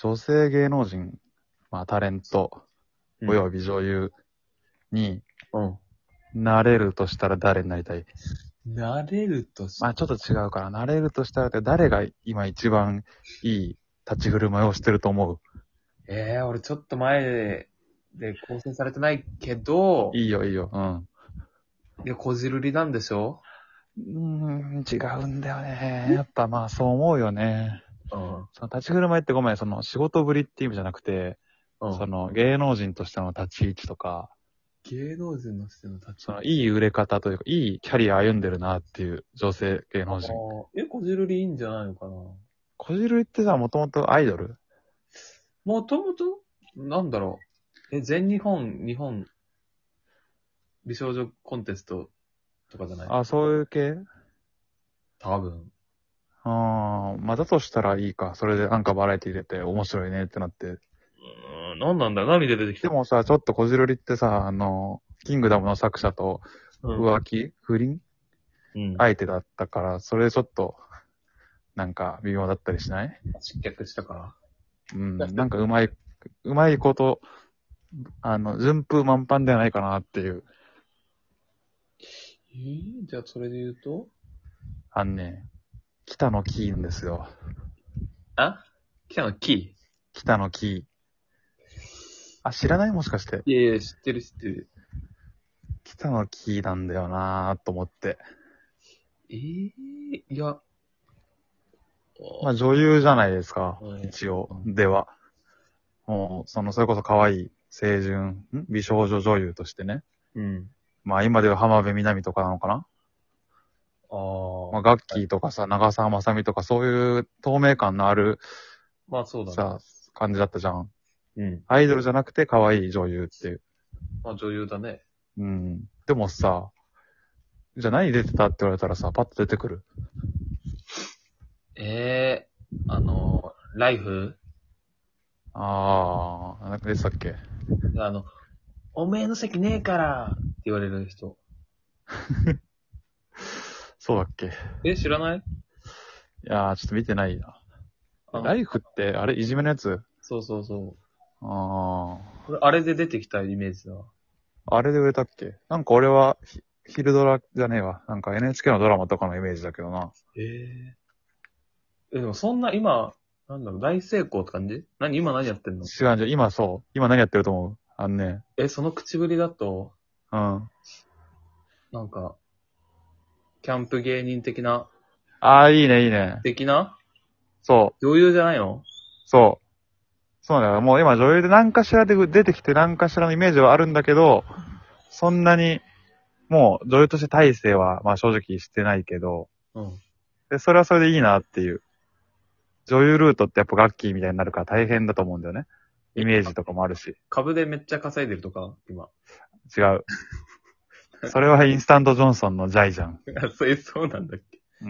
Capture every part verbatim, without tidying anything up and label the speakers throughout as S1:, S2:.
S1: 女性芸能人、まあタレント、
S2: うん
S1: および女優に
S2: うん。
S1: なれるとしたら誰になりたい？
S2: なれるとし、
S1: まあちょっと違うから、なれるとしたらって誰が今一番いい立ち振る舞いをしてると思う？
S2: ええー、俺ちょっと前で、で構成されてないけど、
S1: いいよいいよ。うん。
S2: いや、こじるりなんでしょ？
S1: うーん、違うんだよね。やっぱまあそう思うよね。
S2: うん。
S1: その立ち振る舞いってごめん、その仕事ぶりっていう意味じゃなくて、
S2: うん。
S1: その芸能人としての立ち位置とか、
S2: 芸能人の人の立ち。
S1: そのいい売れ方というか、いいキャリア歩んでるなっていう女性芸能人。
S2: ああ、え、こじるりいいんじゃないのかな？
S1: こじるりってさ、もともとアイドル？
S2: もともと、なんだろう。え、全日本、日本、美少女コンテストとかじゃない？
S1: あ、そういう系？
S2: 多分。
S1: ああ、まあだとしたらいいか。それでなんかバラエティ出て面白いねってなって。
S2: うーん、なんなんだよ。何で出てきた？
S1: でもさ、ちょっとこじるりってさ、あの、キングダムの作者と
S2: うん。
S1: 浮気、不倫
S2: うん。
S1: 相手だったから、それちょっと、なんか微妙だったりしない？
S2: 失脚したから。
S1: うん、なんかうまい、うまいこと、あの、順風満帆ではないかなっていう。
S2: えー、じゃあそれで言うと？
S1: あのね、北野キーんですよ。
S2: あ北野キ
S1: 北野キー。あ、知らない？もしかして。
S2: ー。いやいや、知ってる知ってる。
S1: 北野キーなんだよなーと思って。
S2: えー、いや。
S1: まあ女優じゃないですか、
S2: うん
S1: 一応。では。もう、その、それこそ可愛い、清純、ん美少女女優としてね。
S2: うん。
S1: まあ今では浜辺美波とかなのかな。
S2: ああ。
S1: まあガッキーとかさ、長澤まさみとかそういう透明感のある
S2: まあそうだね。
S1: さ、感じだったじゃん。
S2: うん。
S1: アイドルじゃなくて可愛い女優っていう。
S2: まあ女優だね。
S1: うん。でもさ、じゃあ何出てたって言われたらさ、パッと出てくる？
S2: ええー、あの、ライフ
S1: あー、なんか出てたっけ？
S2: あの、おめえの席ねえからって言われる人。
S1: そうだっけ？い
S2: え、知らない？
S1: やー、ちょっと見てないな。
S2: あの、
S1: ライフって、あれいじめのやつ？
S2: そうそうそ
S1: あ
S2: う。あれで出てきたイメージだ。
S1: ー、あれで売れたっけ？なんか俺は、ひ昼ドラじゃねえわ。なんか エヌエイチケー のドラマとかのイメージだけどな。
S2: ええー。え、でもそんな今、なんだろう、大成功って感じ？何今何やってんの？
S1: 違うんじゃん、今そう。今何やってると思う？あのね。
S2: え、その口ぶりだと、
S1: うん。
S2: なんか、キャンプ芸人的な、
S1: あー、いいね、いいね。
S2: 的な
S1: そう。
S2: 女優じゃないの？
S1: そう。そうだよ。もう今女優で何かしらで出てきて何かしらのイメージはあるんだけど、そんなに、もう女優として大成は、まあ正直してないけど、
S2: うん。
S1: で、それはそれでいいなっていう。女優ルートってやっぱガッキーみたいになるから大変だと思うんだよね。イメージとかもあるし。
S2: 株でめっちゃ稼いでるとか今。
S1: 違う。それはインスタントジョンソンのジャイじゃん。
S2: あ、そう、そうなんだっけ？
S1: うん。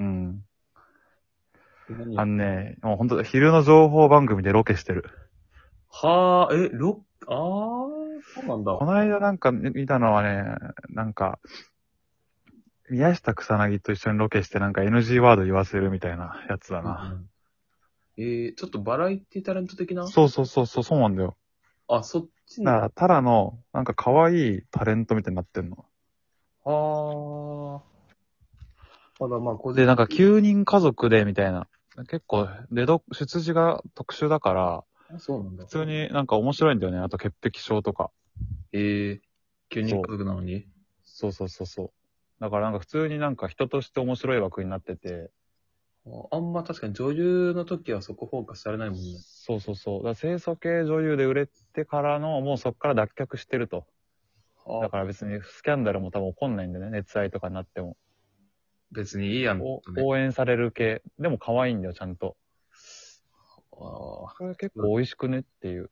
S2: 何
S1: あのね、もうほんと昼の情報番組でロケしてる。
S2: はあ、え、ロッ、あー、そうなんだ。
S1: この間なんか見たのはね、なんか、宮下草薙と一緒にロケしてなんか エヌジー ワード言わせるみたいなやつだな。
S2: うんえー、ちょっとバラエティタレント的な？
S1: そうそうそうそう、そうなんだよ。
S2: あ、そっちに。
S1: だから、ただの、なんか可愛いタレントみたいになってんの。
S2: はあ。ただまあ、個人
S1: で、なんかきゅうにん家族でみたいな。結構、出ど、出自が特殊だから、
S2: あそうなんだ。
S1: 普通になんか面白いんだよね。あと潔癖症とか。
S2: えー、急に
S1: そう
S2: 家族なのに。
S1: そうそうそうそう。だからなんか普通になんか人として面白い枠になってて、
S2: ああんま確かに女優の時はそこフォーカスされないもんね。
S1: そうそうそう。だから清楚系女優で売れてからの、もうそっから脱却してると。
S2: あ
S1: だから別にスキャンダルも多分起こんないんでね、熱愛とかになっても。
S2: 別にいいやん、ね。
S1: お応援される系。でも可愛いんだよ、ちゃんと。
S2: ああ、
S1: これ結構美味しくねっていう。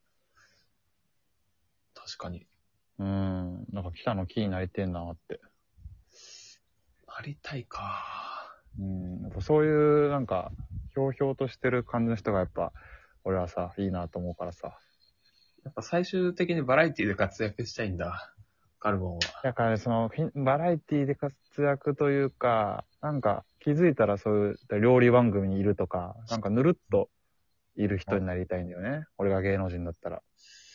S2: 確かに。
S1: うーん。なんか北の木になりてんなって。
S2: なりたいか。
S1: うん。やっぱそういうなんか、ひょうひょうとしてる感じの人がやっぱ、俺はさ、いいなと思うからさ。
S2: やっぱ最終的にバラエティで活躍したいんだ。カルボンは。
S1: だからその、フィンバラエティで活躍というか、なんか気づいたらそういう料理番組にいるとか、なんかぬるっといる人になりたいんだよね。俺が芸能人だったら。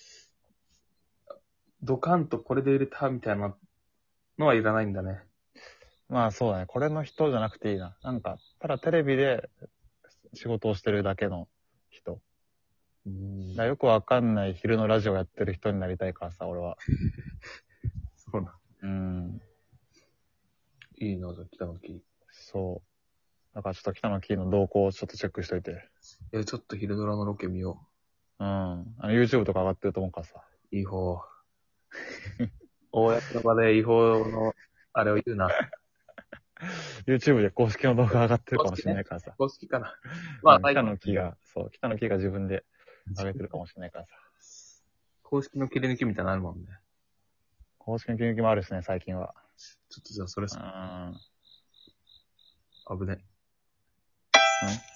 S2: ドカンとこれで売れたみたいなのはいらないんだね。
S1: まあそうだね。これの人じゃなくていいな。なんか、ただテレビで仕事をしてるだけの人。
S2: うーん
S1: だからよくわかんない昼のラジオやってる人になりたいからさ、俺は。
S2: そうな。
S1: うん。
S2: いいな、じゃあ北の木。い
S1: そう。だからちょっと北のキーの動向をちょっとチェックしといて。
S2: や、ちょっと昼ドラのロケ見よ
S1: うん。あの YouTube とか上がってると思うからさ。
S2: う。違法。公の場で違法の、あれを言うな。
S1: YouTube で公式の動画上がってるかもしれないからさ。
S2: 公式かな。まあ、
S1: うん北の木が、そう、北の木が自分で上げてるかもしれないからさ。
S2: 公式の切り抜きみたいなのあるもんね。
S1: 公式の切り抜きもあるしね、最近は。
S2: ちょっとじゃあそれ
S1: うん。
S2: 危ね。
S1: うん